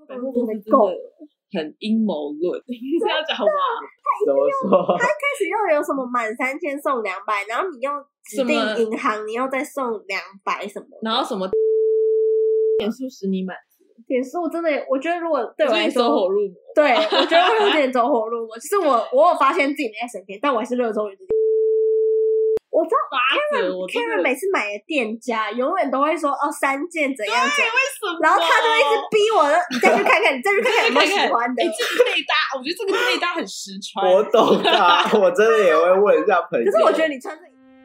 百货公司真的很阴谋论，你是要讲吗？ 怎么说？ 他一开始又有什么满3000送200，然后你又指定银行，你又再送200什么， 然后什么点数使你满足， 点数真的，我觉得如果对我来说走火入魔， 对我觉得会有点走火入魔。就是我有发现自己没在省钱，但我还是热衷于这件。我知道 Karen 每次买的店家永远都会说3件怎样怎样， 为什么？ 然后他就一直逼我的，你再去看看，你再去看看有没有喜欢的。 这个内搭，我觉得这个内搭很实穿。 我懂他，我真的也会问一下朋友。 可是我觉得你穿这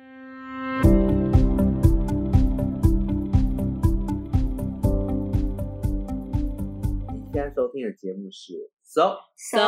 你现在收听的节目是 So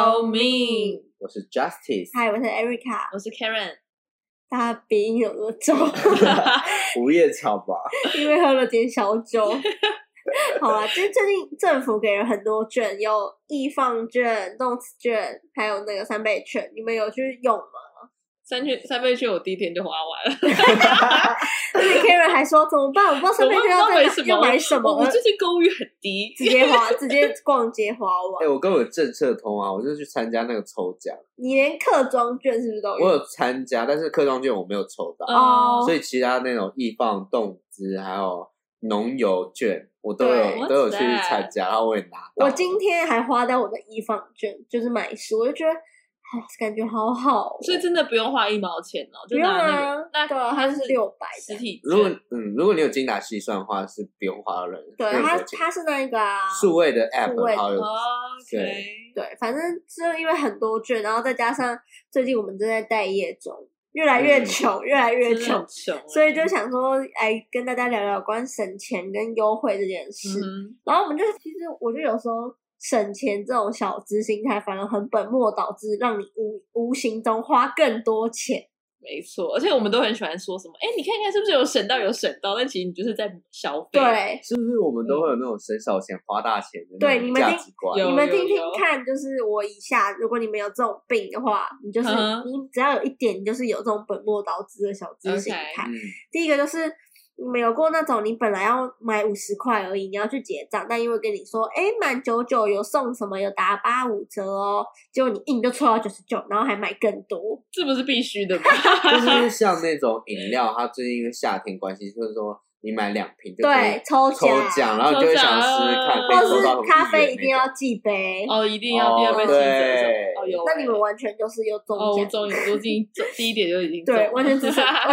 Mean， 我是 Justice， 嗨，我是 Erica， 我是 Karen。 大家鼻音有多重？ 午夜场吧， 因为喝了点小酒。好啦，就是最近政府给了很多券，有易放券、动词券，还有那个3倍券，你们有去用吗？ 三倍券我第一天就花完了， 而且 Karen 还说怎么办？我不知道3倍券要买什么。 我最近购物欲很低， 直接逛街花完。 我跟我政策通啊，我就去参加那个抽奖。 你连客庄券是不是都有？ 我有参加，但是客庄券我没有抽到，所以其他那种易放、动资还有农游券我都有去参加，然后我也拿到。 我今天还花掉我的易放券，就是买书，我就觉得。感觉好好所以真的不用花1毛钱哦，就拿那个。 那对啊，它是600 实体。 如果你有精打细算的话，是不用花任何钱。 对，它是那个数位的 app， 好有对，反正是因为很多券，然后再加上最近我们正在待业中，越来越穷，越来越穷，所以就想说，跟大家聊聊关于省钱跟优惠这件事。然后我们其实我觉得有时候。省钱这种小资心态反而很本末倒置，让你无形中花更多钱。 没错，而且我们都很喜欢说什么你看看是不是有省到，但其实你就是在消费。 对， 是不是我们都会有那种省小钱花大钱的对那种价值观？ 你们听听看，就是我以下，如果你们有这种病的话，你就是你只要有一点，你就是有这种本末倒置的小资心态。第一个就是你们有过那种你本来要买50块而已，你要去结账，但因为跟你说满99有送什么，有打85折哦，结果你硬就抽到99，然后还买更多， 这不是必须的吗？ 就是像那种饮料，它最近因为夏天关系，就是说你买2瓶就对抽奖，然后你就会想试试看， 或是咖啡一定要寄杯一定要第2杯7折有。那你们完全就是有中奖， 我中第一点就已经对，完全只有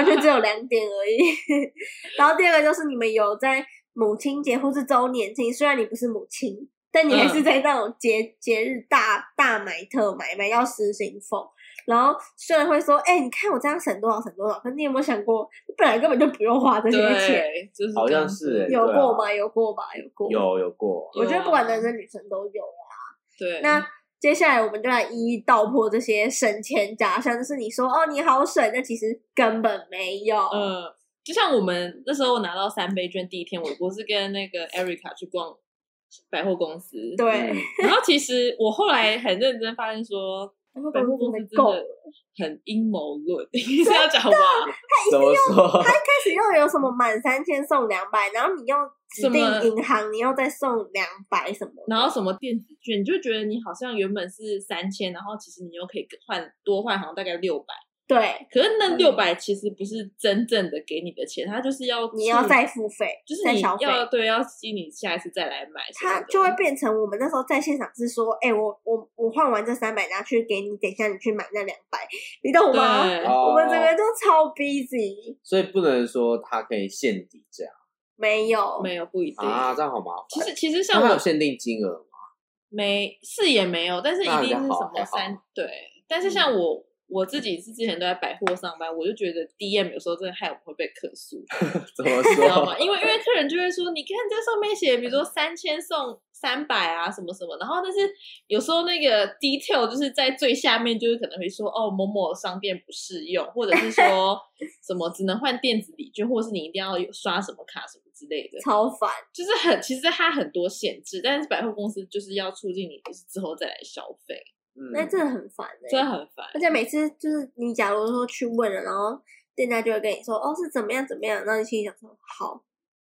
2点而已。然后第二个就是你们有在母亲节或是周年庆，虽然你不是母亲，但你还是在那种节日大买特买到失心疯。然后虽然会说你看我这样省多少，可是你有没有想过你本来根本就不用花这些钱？ 就是好像是有过吗？有过。我觉得不管男生女生都有啊。 对， 那接下来我们就来一一道破这些省钱假象，就是你说你好省，但其实根本没有。 就像我们那时候拿到3倍券第一天，我是跟那个 Erica 去逛百货公司， 对， 然后其实我后来很认真发现说。百货公司真的很阴谋论，你是要讲吗？ 怎么说？ 他一开始又有什么满3000送200，然后你又指定银行，你又再送200什么， 然后什么电子券，你就觉得你好像原本是3000，然后其实你又可以多换，好像大概600。 对， 可是那600其实不是真正的给你的钱，它就是你要再付费， 就是你要吸你下一次再来买， 它就会变成我们那时候在现场是说，我换完这300拿去给你，等一下你去买那200，你懂吗？我们整个就超 busy， 所以不能说它可以限底这样， 没有不一定啊，这样好麻烦。 其实像我有限定金额吗？ 也没有，但是一定是什么对，但是像我自己是之前都在百货上班，我就觉得 DM 有时候真的害我们会被客诉。 怎么说？ 你知道吗？因为客人就会说，你看这上面写，比如说3000送300啊，什么什么，然后但是有时候那个 detail 就是在最下面，就是可能会说某某商店不适用，或者是说什么只能换电子礼券，或者是你一定要有刷什么卡什么之类的， 超烦。 就是其实它很多限制，但是百货公司就是要促进你就是之后再来消费。 那真的很烦真的很烦， 而且每次就是你假如说去问了，然后店家就会跟你说是怎么样，然后你心里想说好，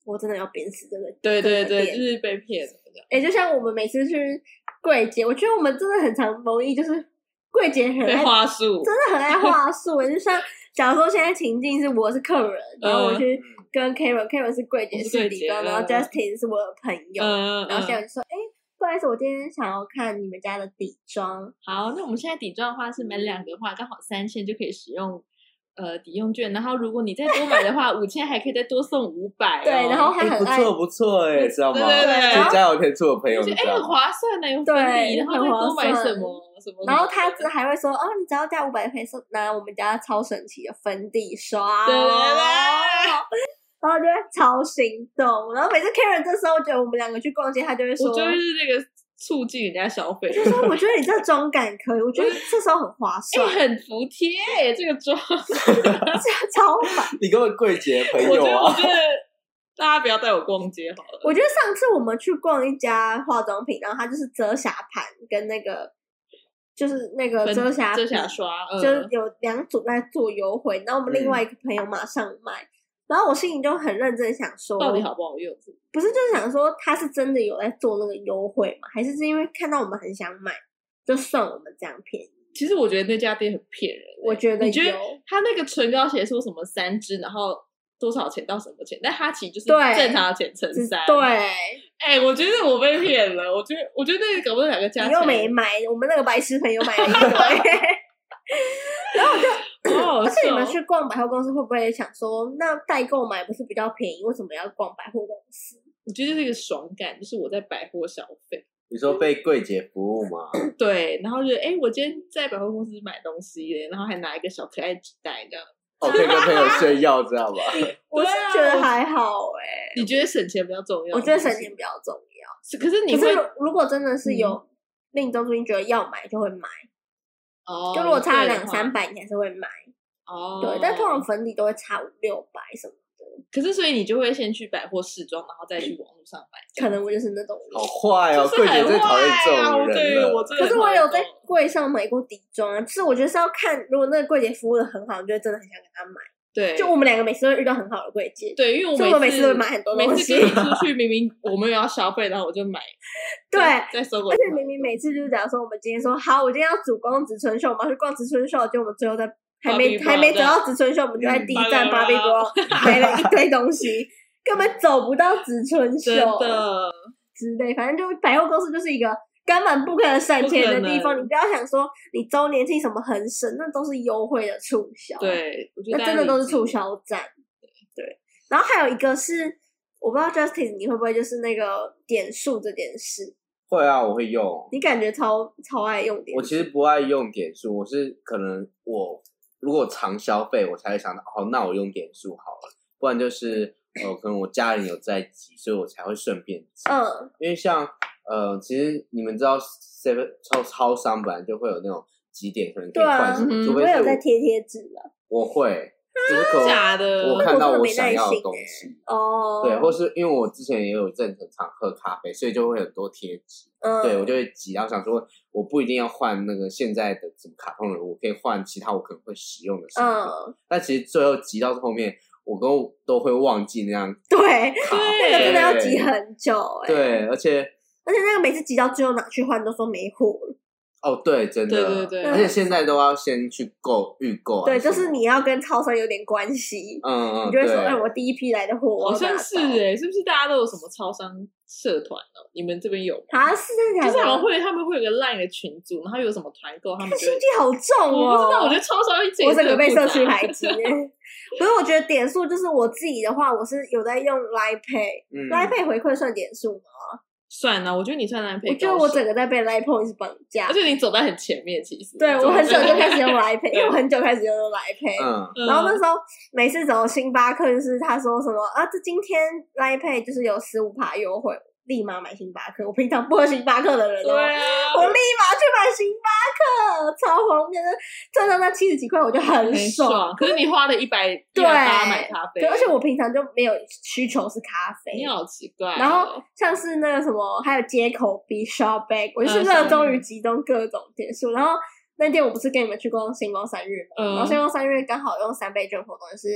我真的要鞭死这个。 对对对，就是被骗了。 就像我们每次去柜姐，我觉得我们真的很常容易就是柜姐很爱话术， 真的很爱话术。就像假如说现在情境是我是客人，然后我去跟 Karen 是柜姐是底妆，然后 Justin 是我的朋友，然后现在就说不好意思，我今天想要看你们家的底妆。 好，那我们现在底妆的话是买2个的话，刚好3000就可以使用抵用券，然后如果你再多买的话，5000还可以再多送500。 对，然后他很爱， 不错知道吗？ 对， 加油添醋的朋友， 很划算的，有粉底，然后再多买什么。 然后他还会说你只要加500可以拿我们家超神奇的粉底刷。 对。 然后就会超心动，然后每次 Karen 这时候觉得我们2个去逛街，他就会说， 我就是那个促进人家消费， 就说我觉得你这妆感可以，我觉得这时候很划算， 很服帖这个妆， 超烦。 你根本柜姐朋友啊！ 我觉得大家不要带我逛街好了。 我觉得上次我们去逛一家化妆品，然后它就是遮瑕盘跟那个就是那个遮瑕刷， 就是有2组在做优惠，然后我们另外一个朋友马上买。然后我心里就很认真想说， 到底好不好用？ 不是，就是想说他是真的有在做那个优惠吗？还是因为看到我们很想买，就算我们这样便宜？ 其实我觉得那家店很骗人。 我觉得你觉得他那个唇膏写说什么3支，然后多少钱到什么钱？但他其实就是正常的钱乘3。 对， 我觉得我被骗了。我觉得那个搞不懂2个价钱。 你又没买，我们那个白痴朋友买了一堆。然后我就，而且你们去逛百货公司会不会想说，那代购买不是比较便宜，为什么要逛百货公司？ 我觉得这个爽感就是我在百货消费。 你说被柜姐服务吗？ 对，然后就我今天在百货公司买东西耶，然后还拿一个小可爱纸袋这样。 可以跟朋友炫耀，知道吧？ 我是觉得还好你觉得省钱比较重要？ 我觉得省钱比较重要。 可是如果真的是有命中注定觉得要买就会买。就如果差200-300，你还是会买。对，但通常粉底都会差500-600什么的。 可是所以你就会先去百货试妆，然后再去网络上买。 可能我就是那种人。 好坏哦，柜姐最讨厌这种人了。 可是我有在柜上买过底妆啊，就是我觉得是要看，如果那个柜姐服务的很好，你就真的很想跟她买。 对， 就我们2个每次都遇到很好的柜姐。 对，因为我每次都会买很多东西。 每次跟你出去，明明我们也要消费，然后我就买。 对， 再收。 而且明明每次就是假如说我们今天说好，我今天要主攻植村秀，我们要去逛植村秀，就我们最后在还没走到植村秀，我们就在第一站芭比brow买了一堆东西，根本走不到植村秀之类。反正就百货公司就是一个根本不可能省钱的地方。你不要想说你周年庆什么很省，那都是优惠的促销。 对，我觉得那真的都是促销站。对，然后还有一个是，我不知道 Justin 你会不会就是那个点数这件事。 会啊，我会用。 你感觉超爱用点数？ 我其实不爱用点数，我是可能我如果常消费，我才会想到那我用点数好了，不然就是可能我家人有在集，所以我才会顺便集。因为像其实你们知道 7 超商本来就会有那种集点，可能可以换什么，除非是我有在贴纸啊。 我会。就是假的， 我看到我想要的东西对，或是因为我之前也有正常喝咖啡，所以就会很多贴纸，对我就会挤，然后想说我不一定要换那个现在的什么卡通人物，我可以换其他我可能会使用的商品，但其实最后挤到后面，我都会忘记那样， 对，那个真的要挤很久， 对，而且那个每次挤到最后拿去换都说没货了。 对，真的，对，而且现在都要先去预购， 对，就是你要跟超商有点关系，你就会说，我第一批来的货， 好像是是不是大家都有什么超商社团哦？你们这边有吗？ 是真的， 就是他们会有个 LINE 的群组，然后有什么团购，他们心机好重哦。 我不知道，我觉得超商我整个被社区排挤。可是我觉得点数就是我自己的话，我是有在用 Line Pay，Line Pay 回馈算点数吗？ 算啊，我觉得你算 Line Pay， 我觉得我整个在被 Line Points 绑架， 而且你走在很前面，其实。 对，我很久就开始用 Line Pay，因为我很久开始用 Line Pay，然后那时候每次走星巴克，就是他说什么这今天 Line Pay 就是有15%优惠，立马买星巴克。我平常不喝星巴克的人， 对啊， 我立马去买星巴克，超方便的，赚到那70几块我就很爽。 可是你花了180买咖啡， 对，而且我平常就没有需求是咖啡， 你好奇怪。 然后像是那个什么，还有街口 B Shop Bag， 我就是热衷于集中各种点数。然后那天我不是跟你们去逛星光3月嘛，然后星光3月刚好用3倍券活动，就是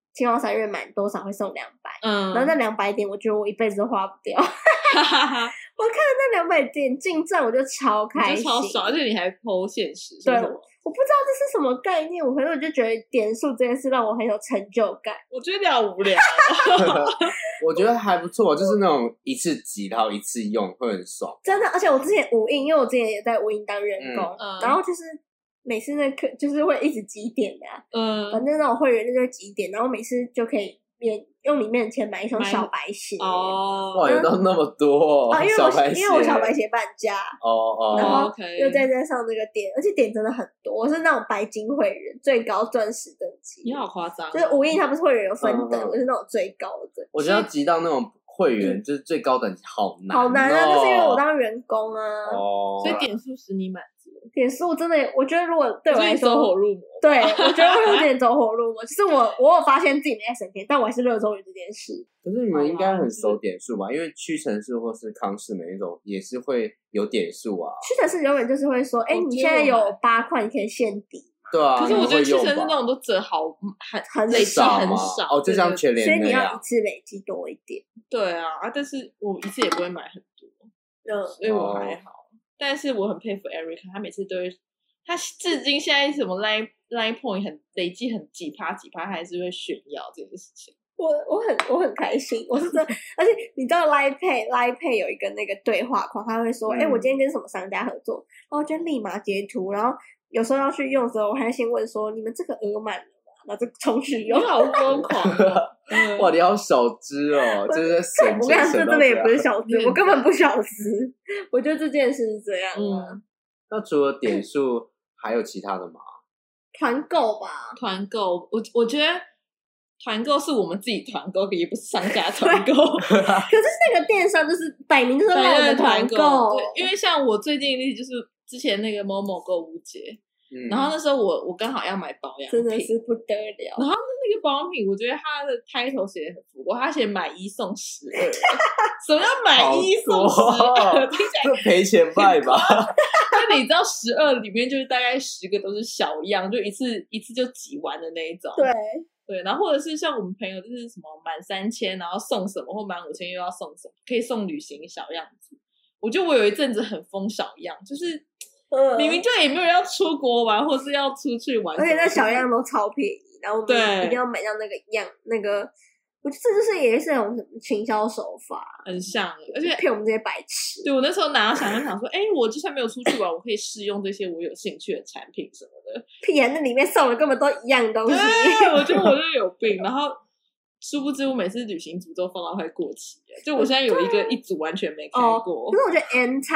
青花3月满多少会送200，然后那200点我觉得我一辈子都花不掉。我看了那200点进账，我就超开心， 就超爽，而且你还 po 现实， 对，我不知道这是什么概念，可是我就觉得点数这件事让我很有成就感。 我觉得你好无聊。 我觉得还不错，就是那种一次挤然后一次用会很爽。 真的，而且我之前无印，因为我之前也在无印当员工，然后就是每次那课就是会一直集点的反正那种会员就是集点，然后每次就可以用里面的钱买一双小白鞋哇，有到那么多因为我小白鞋半价然后又再加上那个点，而且点真的很多，我是那种白金会员，最高钻石等级。 你好夸张， 就是无印他不是会员有分等，我是那种最高的。 我觉得要集到那种会员就是最高等级好难， 好难啊！就是因为我当员工啊， 所以点数使你满足。 点数真的，我觉得如果对我来说走火入魔， 对我觉得我有点走火入魔。就是我有发现自己没在省钱，但我还是热衷于这件事。 可是你们应该很熟点数吧？因为屈臣氏或是康士美那种也是会有点数啊。 屈臣氏永远就是会说，你现在有8块，你可以现抵。 对啊， 可是我觉得屈臣氏那种都折好很累积很少就像全联那样， 所以你要一次累积多一点。 对啊，但是我一次也不会买很多，所以我还好。但是我很佩服 Erica， 他每次都会，他至今现在什么 line point 很累积很几趴，他还是会炫耀这件事情。 我很开心，我是真的，而且你知道 Line Pay 有一个那个对话框，他会说，我今天跟什么商家合作，然后我就立马截图，然后有时候要去用的时候，我还先问说，你们这个额满了吗？然后就重去用。 你好疯狂哇，你好小资哦，就是我跟你讲，这真的也不是小资，我根本不小资。我觉得这件事是这样那除了点数，还有其他的吗？ 团购吧， 团购，我觉得团购是我们自己团购，也不是商家团购。可是那个电商就是摆明就是让我们团购， 因为像我最近的例子就是之前那个某某购物节。然后那时候我刚好要买保养品， 真的是不得了。 然后那个保养品，我觉得它的开头写得很浮夸，他写买1送12，什么叫买1送12？听起来赔钱卖吧？ 那你知道12里面就是大概10个都是小样，就一次就挤完的那一种。对，然后或者是像我们朋友就是什么满3000然后送什么，或满5000又要送什么，可以送旅行小样子。我觉得我有一阵子很疯小样，就是明明就也没有人要出国玩，或是要出去玩， 而且那小样都超便宜，然后我们一定要买到那个样，那个我觉得这就是也是那种什么行销手法， 很像，而且骗我们这些白痴。 对，我那时候拿到想说，我就算没有出去玩，我可以试用这些我有兴趣的产品什么的。 屁啊，那里面送的根本都一样东西。 对，我觉得我就有病，然后。殊不知我每次旅行组都放到快过期了，就我现在有一组完全没开过。 可是我觉得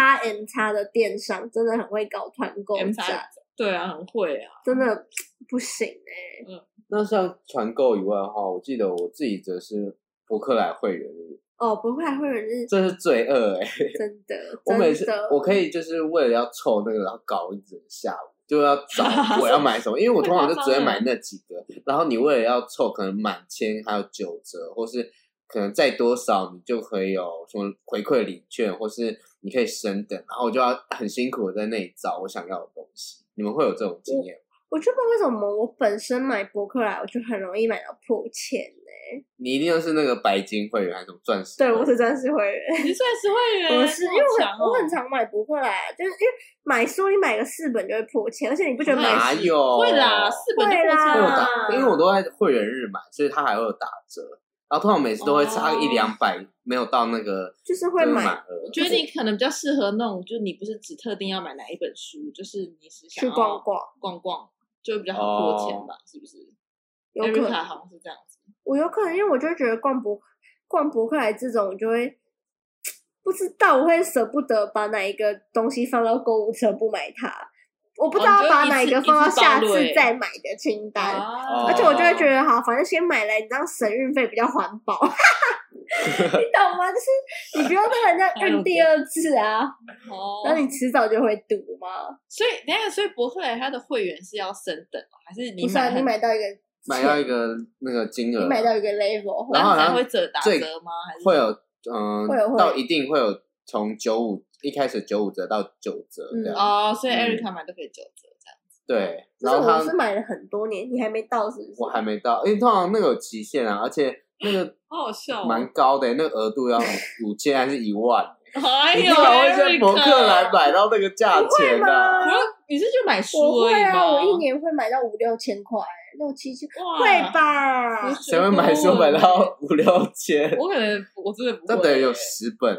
M 的电商真的很会搞团购战， 对啊，很会啊， 真的不行那像团购以外的话，我记得我自己则是博客来会员日。 博客来会员日， 这是罪恶真的。 我每次我可以就是为了要凑那个，然后搞一整下午。就要找我要买什么，因为我通常就只会买那几个，然后你为了要凑可能满1000还有9折，或是可能再多少你就可以有什么回馈礼券，或是你可以升等，然后我就要很辛苦的在那里找我想要的东西。你们会有这种经验吗？ 我就不知道为什么我本身买博客来我就很容易买到破千你一定是那个白金会员还是什么钻石？ 对，我是钻石会员。 你是钻石会员？ 我是因为我很常买博客来，就是因为买书你买个4本就会破千，而且你不觉得买哪有？ 会啦，4本就破千啦。 因为我都在会员日买，所以它还会有打折。然后通常每次都会差100-200，没有到那个就是会买。 我觉得你可能比较适合那种，就是你不是只特定要买哪一本书，就是你是想要去逛逛，就比较好破千吧，是不是？ 有可能好像是这样子。 我有可能，因为我就会觉得逛博客来这种，我就会不知道，我会舍不得把哪一个东西放到购物车不买它，我不知道把哪一个放到下次再买的清单，而且我就会觉得好，反正先买来，你这样省运费比较环保，你懂吗？就是你不用让人家运第二次啊，然后你迟早就会读嘛。 所以博客来它的会员是要升等，还是你买到一个那个金额， 你买到一个 level， 然后才会打折吗？还是会有到一定会有从95一开始95折到9折这样。 所以 Erica 买都可以9折这样子。 对，然后我是买了很多年，你还没到是不是？ 我还没到，因为通常那个有期限啊，而且那个好好笑， 蛮高的，那个额度要5000还是1万。 哎呦， 你怎么会在博客来买到那个价钱啊？ 你是去买书而已吗？ 我一年会买到5-6千块，6-7千，会吧？ 谁会买书买到5-6千？ 我可能我真的不会， 那等于有10本。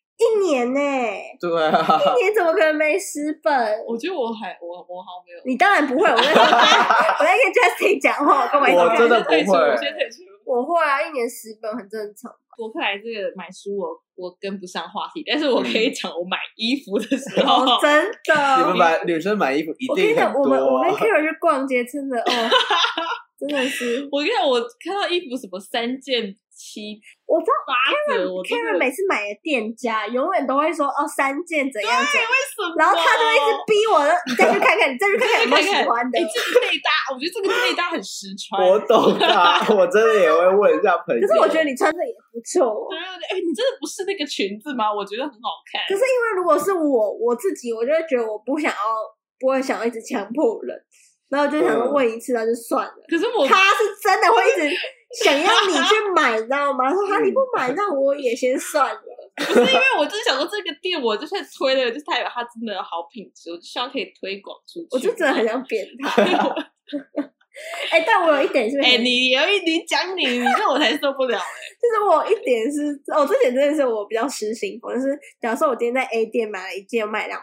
1年呢？ 对啊， 1年怎么可能没10本？ 我觉得我好像没有。 你当然不会，我在跟 Justin 讲话，跟我真的不会。 我先退出。 我会啊，1年10本很正常。 博客来这个买书我跟不上话题，但是我可以讲我买衣服的时候， 真的， 女生买衣服一定很多。 我跟 Kira 去逛街，真的真的是。 我跟你讲，我看到衣服什么3件7， 我知道 8折。 Karen 每次买的店家永远都会说3件怎样怎样， 为什么？ 然后他就一直逼我，你再去看看，你再去看看有没有喜欢的。 这个内搭，我觉得这个内搭很实穿。 我懂啊，我真的也会问一下朋友。 可是我觉得你穿着也不错。 对，你真的不是那个裙子吗？我觉得很好看。 可是因为如果是我自己，我就会觉得我不会想要一直强迫人，然后就想说问一次那就算了。 可是他是真的会一直想要你去买，你知道吗？说你不买，那我也先算了。 不是因为我就是想说这个店，我就算推了，就代表它真的有好品质，我就希望可以推广出去。 我就真的很想扁他。但我有一点是， 你讲你这我才受不了就是我有一点是，这点真的是我比较失心疯，就是假如说我今天在 A 店买了一件卖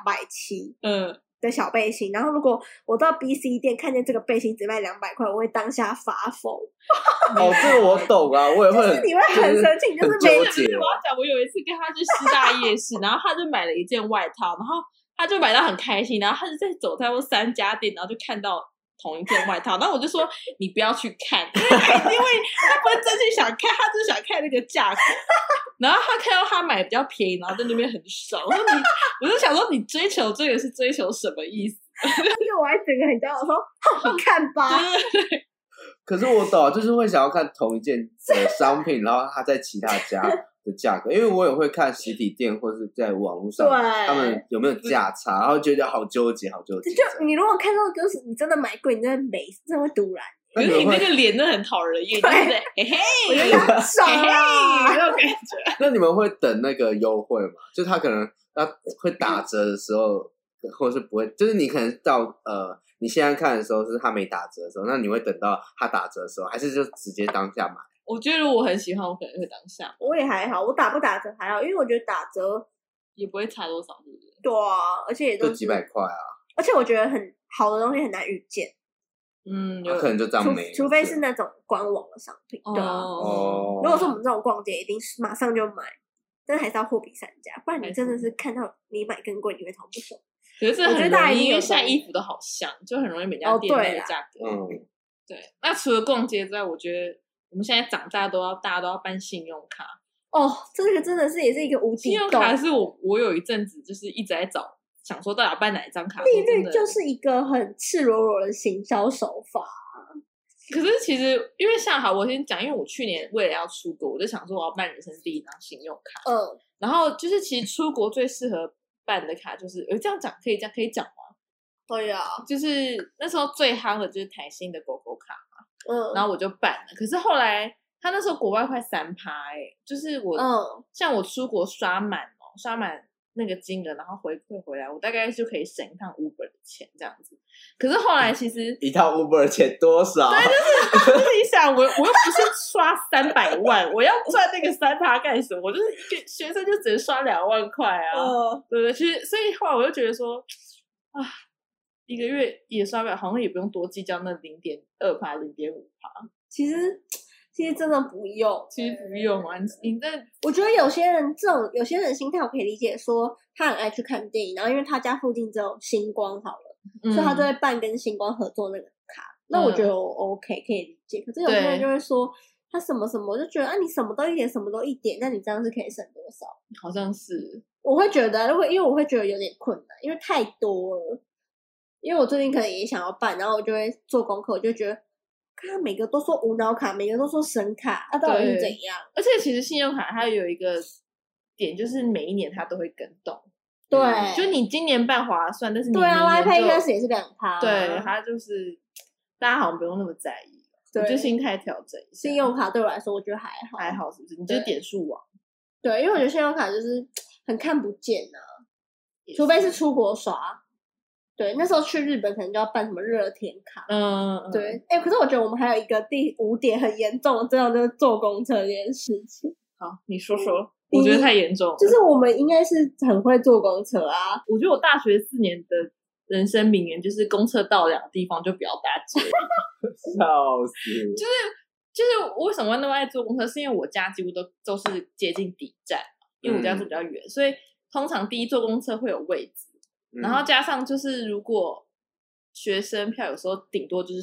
270，的小背心，然后如果我到 B、C 店看见这个背心只卖200块，我会当下发疯。 这个我懂啊，我也会， 就是你会很生气，就是纠结。 我要讲，我有一次跟他去师大夜市，然后他就买了一件外套，然后他就买到很开心，然后他就在走差不多3家店，然后就看到同一件外套，然后我就说你不要去看，因为他不是真心想看，他就想看那个价格。然后他看到他买比较便宜，然后在那边很爽。我就想说你追求这个是追求什么意思？ 因为我还整个很骄傲说你看吧。 可是我懂，就是会想要看同一件商品，然后它在其他家的价格，因为我也会看实体店或是在网络上他们有没有价差，然后觉得好纠结。 就你如果看到就是你真的买贵，你真的美，真的会突然。 可是你那个脸真的很讨人厌，对不对？ 我觉得很爽啊， 那种感觉。 那你们会等那个优惠吗？就他可能会打折的时候，或是不会，就是你可能到你现在看的时候是他没打折的时候，那你会等到他打折的时候，还是就直接当下买？ 我觉得如果我很喜欢，我可能会当下。 我也还好，我打不打折还好，因为我觉得打折也不会差多少，是不是？ 对啊，而且也都几百块啊。 而且我觉得很好的东西很难遇见。 可能就这样没， 除非是那种官网的商品，对啊。如果说我们这种逛街，一定是马上就买，但是还是要货比三家，不然你真的是看到你买更贵，你会超不爽。 可是我觉得因为现在衣服都好像，就很容易每家店那个价格。对。那除了逛街之外，我觉得我们现在长大大家都要办信用卡。 这个真的是也是一个无底洞。 信用卡是我有一阵子就是一直在想说到底要办哪一张卡， 利率就是一个很赤裸裸的行销手法。 可是其实因为像好，我先讲，因为我去年为了要出国，我就想说我要办人生第一张信用卡。然后就是其实出国最适合办的卡就是这样讲可以讲吗？ 对啊， 就是那时候最夯的就是台新的狗狗卡嘛。然后我就办了，可是后来他那时候国外快3%，就是我像我出国刷满那个金额，然后回馈回来，我大概就可以省一趟 Uber 的钱这样子。可是后来其实一趟 Uber 的钱多少？ 对，就是你想，我又不是刷300万，我要赚那个3%干什么？我就是一个学生，就只能刷2万块啊。对不对？其实所以后来我就觉得说，一个月也刷不了，好像也不用多计较那0.2%、0.5%。 其实真的不用， 其实不用啊！ 我觉得有些人心态我可以理解，说他很爱去看电影，然后因为他家附近只有星光好了，所以他就会办跟星光合作那个卡。那我觉得我 OK 可以理解。可是有些人就会说他什么什么，我就觉得你什么都一点，什么都一点，那你这样是可以省多少？ 好像是， 我会觉得，因为我会觉得有点困难，因为太多了。因为我最近可能也想要办，然后我就会做功课，我就觉得。看每个都说无脑卡，每个都说神卡，到底是怎样？ 而且其实信用卡它有一个点，就是每一年它都会更动。 对， 就你今年办划算，但是你对啊，Line Pay 一开始也是 2%，对，它就是大家好像不用那么在意，我觉得心态调整一下。 信用卡对我来说，我觉得还好， 是不是？你就是点数王。 对，因为我觉得信用卡就是很看不见啊，除非是出国刷。对，那时候去日本可能就要办什么热天卡。对，可是我觉得我们还有一个第5点很严重的，这样就是坐公车这件事情。 好，你说说。我觉得太严重了。 就是我们应该是很会坐公车啊。 我觉得我大学4年的人生名言就是公车到2个地方就不要搭捷运。 笑死！ 就是我为什么那么爱坐公车，是因为我家几乎都是接近底站，因为我家住比较远，所以通常第一坐公车会有位置，然后加上就是如果学生票有时候顶多就是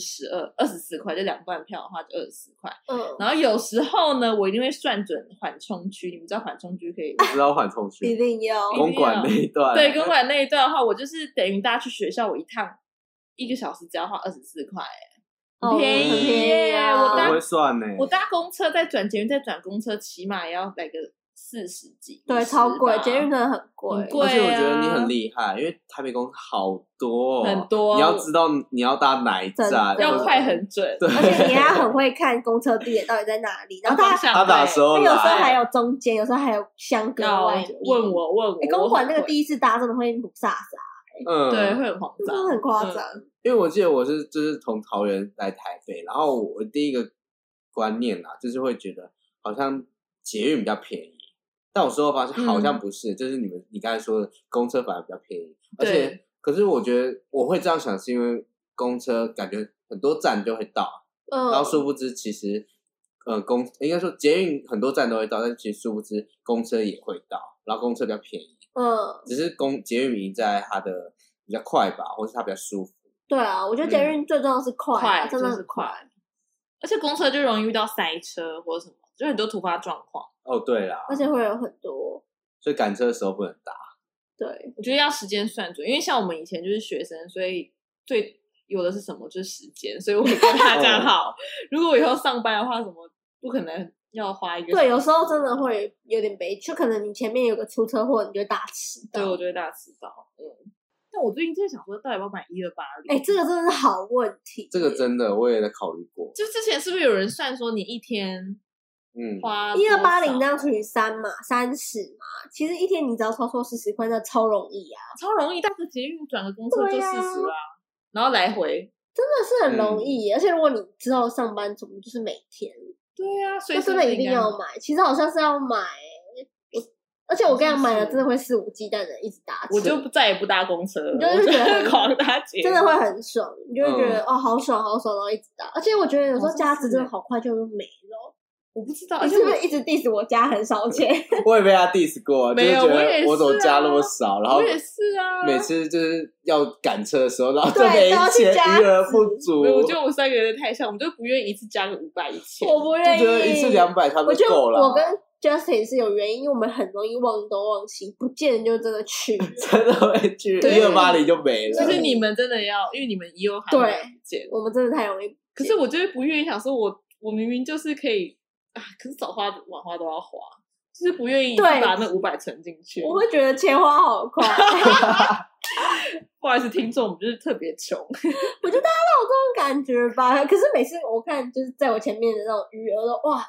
24块，就2段票的话就24块。然后有时候呢，我一定会算准缓冲区。你们知道缓冲区可以？ 我知道缓冲区， 一定要公馆那一段。 对，公馆那一段的话，我就是等于大家去学校，我一趟1个小时只要花24块，很便宜耶！ 我会算呢。 我搭公车再转捷运再转公车，起码也要来个40几。 对，超贵，捷运真的很贵， 很贵。 而且我觉得你很厉害，因为台北公车好多， 很多， 你要知道你要搭哪一站， 要快很准， 对， 而且你还要很会看公车地点到底在哪里，然后他哪时候来， 有时候还有中间，有时候还有相隔外面。 问我， 公馆那个第一次搭真的会不飒飒， 对，会很慌张， 真的很夸张。 因为我记得我就是从桃园来台北，然后我第一个观念啊，就是会觉得好像捷运比较便宜。但我事后发现好像不是，就是你刚才说的公车反而比较便宜，而且可是我觉得我会这样想，是因为公车感觉很多站就会到，然后殊不知其实应该说捷运很多站都会到，但其实殊不知公车也会到，然后公车比较便宜，只是捷运赢在它的比较快吧，或是它比较舒服。 对啊，我觉得捷运最重要是快，真的是快，而且公车就容易遇到塞车或者什么，就很多突发状况。 哦，对啦， 而且会有很多， 所以赶车的时候不能搭。 对， 我觉得要时间算准，因为像我们以前就是学生，所以最有的是什么就是时间，所以我会跟他讲好，如果我以后上班的话，什么不可能要花一个。 对，有时候真的会有点悲剧，就可能你前面有个出车祸，你就会大迟到。 对，我就会大迟到。但我最近在想说，到底要不要买1280？ 这个真的是好问题。 这个真的我也在考虑过。 就之前是不是有人算说你一天花 1280这样除以3嘛，30嘛，其实一天你只要超出40块，那超容易啊， 超容易。但是捷运转个公车就40啦，然后来回真的是很容易。而且如果你之后上班族，就是每天。 对啊，所以真的一定要买。其实好像是要买。而且我跟你买了，真的会肆无忌惮的一直搭车， 我就再也不搭公车了， 你就是觉得狂搭捷运， 真的会很爽，你就会觉得好爽好爽，然后一直搭。而且我觉得有时候加值真的好快就没了。 我不知道你是不是一直 diss 我加很少钱？ 我也被他 diss 过， 没有， 就是觉得我怎么加那么少，然后我也是啊， 每次就是要赶车的时候，然后就没钱，余额不足。 我觉得我们3个人太像，我们就不愿意一次加个500、1000， 我不愿意， 就觉得一次200差不多够了。 我跟 Justin 是有原因，因为我们很容易忘东忘西，不见就真的去， 真的会去1280就没了。 就是你们真的要，因为你们也有对，我们真的太容易。 可是我就会不愿意，想说我明明就是可以啊，可是早花晚花都要花，就是不愿意把那500存进去。 我会觉得钱花好快。 不好意思，听众，我们就是特别穷。 我觉得大家都有这种感觉吧。可是每次我看，就是在我前面的那种余额都哇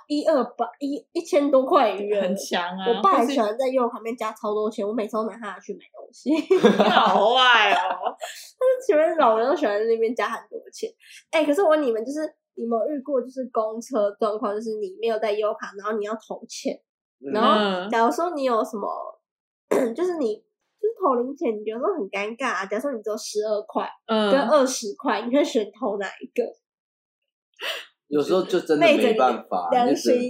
，1000多块余额， 很强啊！ 我爸很喜欢在右旁边加超多钱，我每次都拿他去买东西。 好坏哦！ 但是前面老人都喜欢在那边加很多钱。可是我问你们，就是你有没有遇过就是公车状况，就是你没有带优卡，然后你要投钱，然后假如说你有什么，就是你。就是投零钱，你有时候很尴尬啊。假如说你只有12块，跟20块，你会选投哪一个？ 有时候就真的没办法， 良心。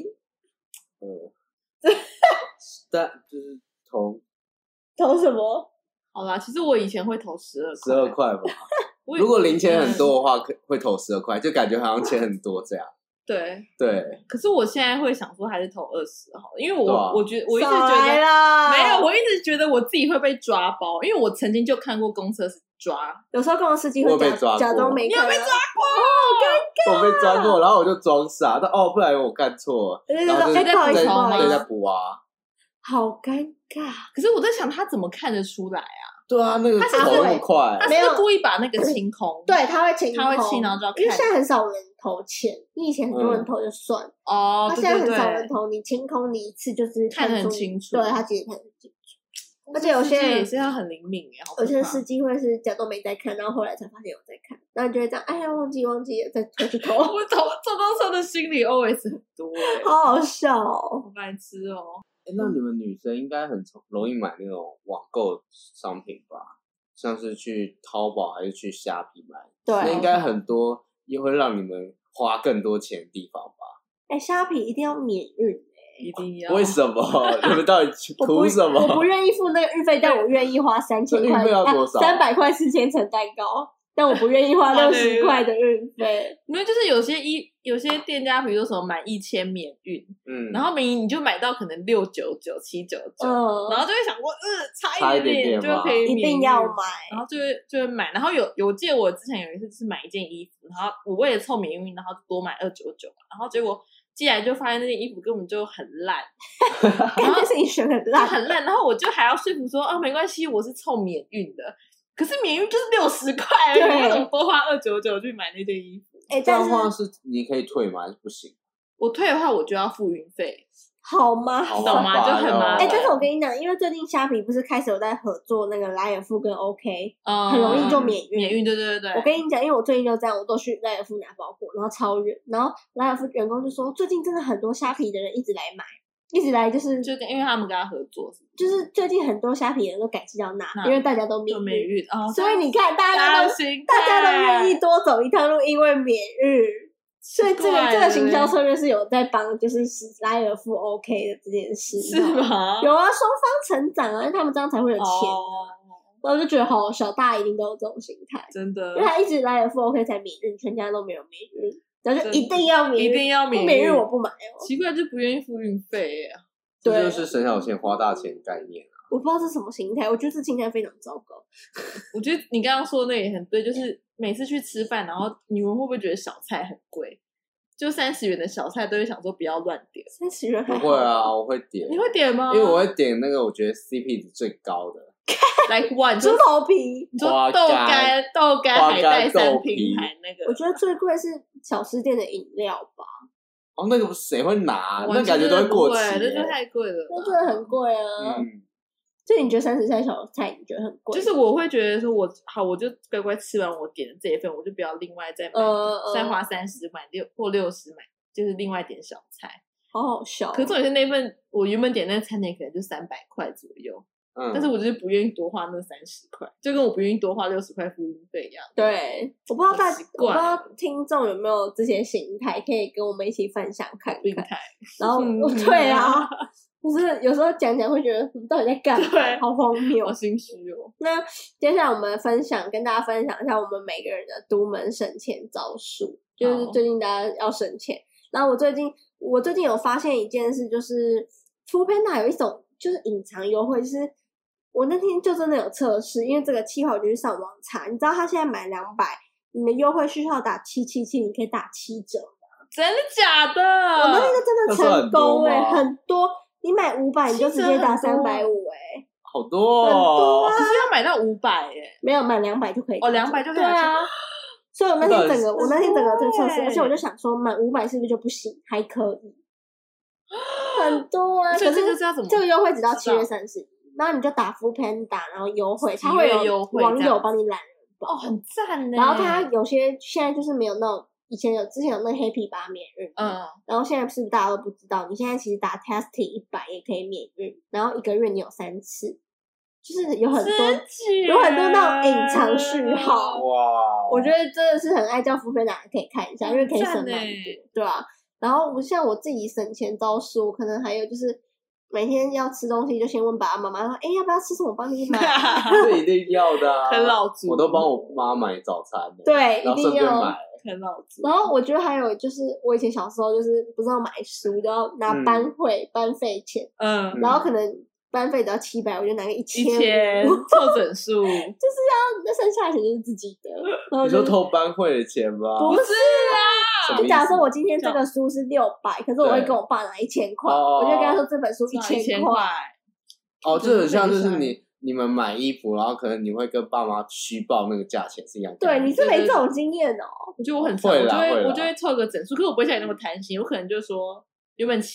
但就是投什么？ 好啦，其实我以前会投12 块吧。如果零钱很多的话，会投12块，就感觉好像钱很多这样。 对， 可是我现在会想说还是投20好了，因为我觉得我一直觉得没有，我一直觉得我自己会被抓包，因为我曾经就看过公车是抓， 有时候公车司机会假装没看， 你有被抓过？ 我被抓过，然后我就装傻，不然我看错了，然后就再补啊。 好尴尬。 可是我在想，他怎么看得出来啊？ 对啊，那个他是头那么快， 他是不是故意把那个清空？ 对，他会清空， 他会清，然后就要看。 因为现在很少人投钱，你以前很多人投就算， 哦， 他现在很少人投，你清空你一次就是看得很清楚， 对他其实看得很清楚。而且有些人也是要很灵敏耶， 有些司机会是假装没在看，然后后来才发现有在看，然后你就会这样，哎呀忘记了，再回去投。 我坐公车的心理 OS 很多， 好好笑哦， 好白痴哦。 那你们女生应该很容易买那种网购商品吧？像是去淘宝还是去虾皮买？ 对， 那应该很多也会让你们花更多钱的地方吧？ 虾皮一定要免运。 一定要？ 为什么？你们到底图什么？ 我不愿意付那个运费，但我愿意花3000块。 运费要多少 ？300块吃千层蛋糕，但我不愿意花60块的运费。 因为就是有些店家，比如说什么满1000免运，然后你就买到可能699、799，然后就会想过，差一点就可以免运， 一定要买， 然后就会买。然后我记得我之前有一次是买一件衣服，然后我为了凑免运，然后多买299，然后结果寄来就发现那件衣服根本就很烂， 然后是你选很烂， 很烂，然后我就还要说服说没关系，我是凑免运的，可是免运就是60块而已，我怎么多花299去买那件衣服？ 这样的话是你可以退吗？还是不行？ 我退的话，我就要付运费， 好吗？ 懂吗？就很麻烦。 但是我跟你讲，因为最近虾皮不是开始有在合作那个莱尔富跟 OK，很容易就免运。 免运，对。 我跟你讲，因为我最近就这样，我都去莱尔富拿包裹，然后超远，然后莱尔富员工就说，最近真的很多虾皮的人一直来买，一直来就是因为他们跟他合作， 就是最近很多虾皮人都改寄到那，因为大家都免运，所以你看大家都愿意多走一趟路，因为免运。所以这个行销策略是有在帮，就是莱尔富 OK 的这件事， 是吗？ 有啊，双方成长啊，因为他们这样才会有钱。我就觉得好笑，大家一定都有这种心态， 真的。 因为他一直莱尔富 OK 才免运，全家都没有免运，然后就一定要免运， 一定要免运我不买哦。 奇怪，就不愿意付运费耶。 这就是省小钱花大钱的概念啊。 我不知道这是什么心态，我觉得这心态非常糟糕。 我觉得你刚刚说的那也很对，就是每次去吃饭，然后你们会不会觉得小菜很贵？就30元的小菜都会想说不要乱点。 30元不会啊，我会点。 你会点吗？ 因为我会点那个我觉得 CP 值最高的。 like what？ 猪头皮， 你说豆干海带3品牌那个。 我觉得最贵是小吃店的饮料吧。 哦，那个谁会拿？那感觉都会过期。 那就太贵了。 那真的很贵啊。所以你觉得30菜小菜你觉得很贵？ 就是我会觉得说我就乖乖吃完我点的这一份，我就不要另外再买，再花30买或60买，就是另外点小菜。 好好笑。 可是重点是那份我原本点那个餐点可能就300块左右，但是我就是不愿意多花那30块，就跟我不愿意多花60块付运费一样。 对，我不知道听众有没有这些心态，可以跟我们一起分享看看。然后对啊。就是有时候讲会觉得你到底在干嘛？好荒谬， 好心虚哦。 那接下来我们跟大家分享一下我们每个人的独门省钱招数，就是最近大家要省钱。然后我最近有发现一件事，就是 Foodpanda 有一种就是隐藏优惠，就是我那天就真的有测试，因为这个计划我就去上网查，你知道他现在买200，你的优惠序号打777，你可以打7折吗？ 真的假的？ 我那天就真的成功很多。你买500，你就直接打350， 好多很多啊！ 可是要买到500 没有买200就可以。 200就可以。对啊。 所以我那天整个这个测试，而且我就想说，买500是不是就不行？还可以，很多啊！ 可是这个优惠只到7月31，然后你就打 Foodpanda，然后优惠，它会有网友帮你懒人包， 很赞呢。 然后它有些现在就是没有那种。之前有那个黑皮把免运，然后现在是不是大家都不知道？你现在其实打 Tasty 100也可以免运，然后1个月你有3次，就是有很多那种隐藏序号。 哇！ 我觉得真的是很爱叫Foodpanda可以看一下，因为可以省蛮多，对吧？然后像我自己省钱招数，可能还有就是每天要吃东西就先问爸爸妈妈说：“哎，要不要吃什么？我帮你买。” 这一定要的啊！ 很老祖， 我都帮我妈买早餐， 对， 然后顺便买。 然后我觉得还有就是，我以前小时候就是不知道买书都要拿班费钱，然后可能班费只要700，我就拿个1000 凑整数， 就是要那剩下的钱就是自己的。 你说偷班会的钱吗？ 不是啊，就假如说我今天这个书是600，可是我会跟我爸拿1000块，我就跟他说这本书1000块， 哦，这很像就是你们买衣服，然后可能你会跟爸妈虚报那个价钱是一样的。 对，你是没这种经验哦。 我觉得我很常，我就会凑个整数，可是我不会像你那么贪心，我可能就说原本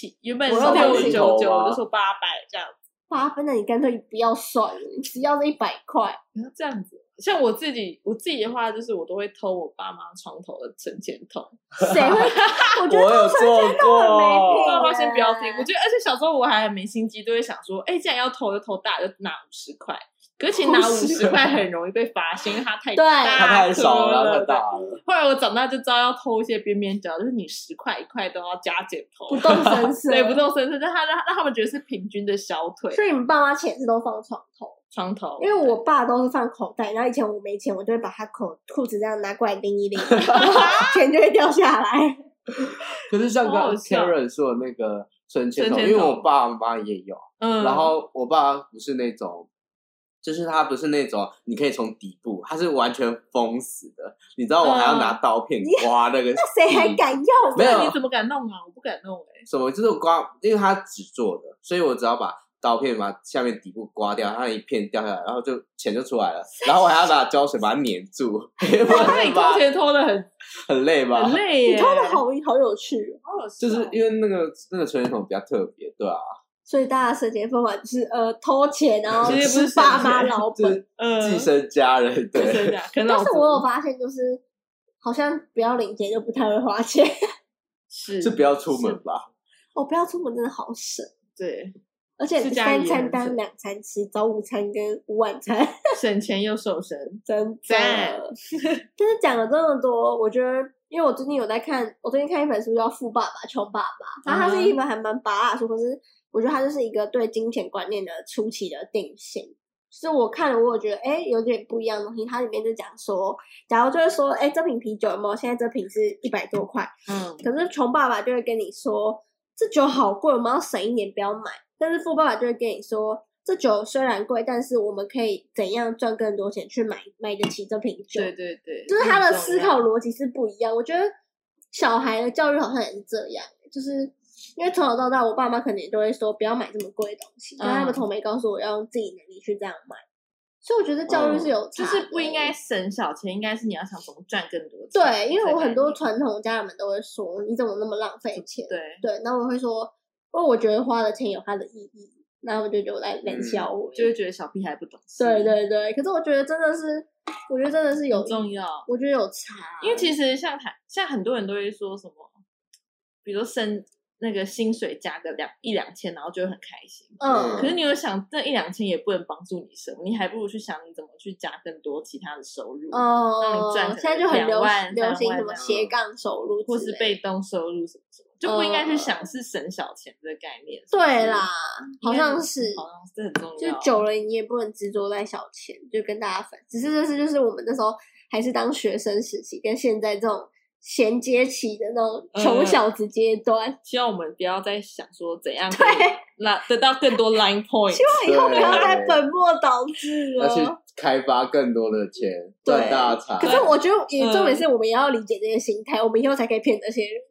699，我就说800这样子。 800，那你干脆不要算了，你只要是100块。 然后这样子，像我自己的话，就是我都会偷我爸妈床头的存钱筒。 谁会？我觉得偷存钱筒很没品。 爸妈先不要听，我觉得，而且小时候我还很没心机，都会想说，既然要偷就偷大，就拿50块。可是其实拿50块很容易被发现，因为它太大， 它太少了，太大了。 后来我长大就知道要偷一些边边角，就是你10块1块都要加减偷， 不动声色。 对，不动声色，让他们觉得是平均的小腿。 所以你们爸妈钱是都放床头，因为我爸都是放口袋，然后以前我没钱，我就会把他裤子这样拿过来拎一拎，钱就会掉下来。 可是像刚刚 Karen 说的那个存钱筒，因为我爸妈也有，然后我爸不是那种。就是它不是那种你可以从底部，它是完全封死的。你知道我还要拿刀片刮那个， 那谁还敢用？ 没有，你怎么敢弄啊？我不敢弄什么就是刮，因为它纸做的，所以我只要把刀片把下面底部刮掉，它一片掉下来，然后就钱就出来了。然后我还要拿胶水把它粘住。 那你偷钱偷的很累吧？ 很累耶！ 你偷的好有趣， 就是因为那个存钱筒比较特别，对啊。 所以大家省钱方法就是偷钱，然后吃爸妈老本， 寄生家人，对。 但是我有发现，就是好像不要领钱就不太会花钱， 是不要出门吧？ 哦，不要出门真的好省， 对， 而且3餐当2餐吃，早午餐跟午晚餐， 省钱又瘦身， 真的。但是讲了这么多，我觉得。因为我最近看一本书叫《富爸爸穷爸爸》，然后它是一本还蛮拔辣的书，可是我觉得它就是一个对金钱观念的初期的定型。就是我看了，我有觉得有点不一样的东西。它里面就讲说，假如就是说，这瓶啤酒有没有？现在这瓶是100多块，可是穷爸爸就会跟你说，这酒好贵，我们要省一点，不要买。但是富爸爸就会跟你说，这酒虽然贵，但是我们可以怎样赚更多钱去买得起这瓶酒。 对对对， 就是他的思考逻辑是不一样。我觉得小孩的教育好像也是这样，就是因为从小到大，我爸妈可能也都会说不要买这么贵的东西，但他们从没告诉我要用自己能力去这样买。所以我觉得教育是有差的， 就是不应该省小钱，应该是你要想怎么赚更多钱。 对，因为我很多传统家人们都会说，你怎么那么浪费钱？对，那我会说，因为我觉得花的钱有它的意义。然后我就在冷笑我， 就会觉得小屁孩不懂事。 对对对，可是我觉得真的是有重要， 我觉得有差。 因为其实像很多人都会说什么，比如说那个薪水加个1-2千，然后就会很开心。可是你有想，这1-2千也不能帮助你生活，你还不如去想你怎么去加更多其他的收入，让你赚。 现在就很流行什么斜杠收入， 或是被动收入什么。就不应该去想是省小钱的概念。 对啦，好像是这很重要。 就久了，你也不能执着在小钱，就跟大家分。只是这是就是我们那时候还是当学生时期，跟现在这种衔接起的那种穷小子阶段。 希望我们不要再想说怎样可以得到更多 line point。 希望以后不要再本末倒置了。 要去开发更多的钱，赚大财。 可是我觉得重点是我们也要理解这些心态，我们以后才可以骗这些人。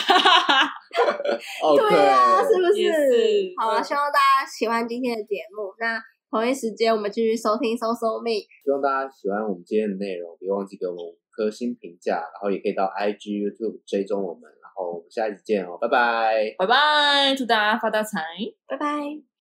对啊，是不是？好啊，希望大家喜欢今天的节目。那同一时间我们继续收听 So Me。 希望大家喜欢我们今天的内容，别忘记给我们5颗星评价，然后也可以到 IG、YouTube 追踪我们。然后我们下一次见哦，拜拜， 拜拜，祝大家发大财， 拜拜。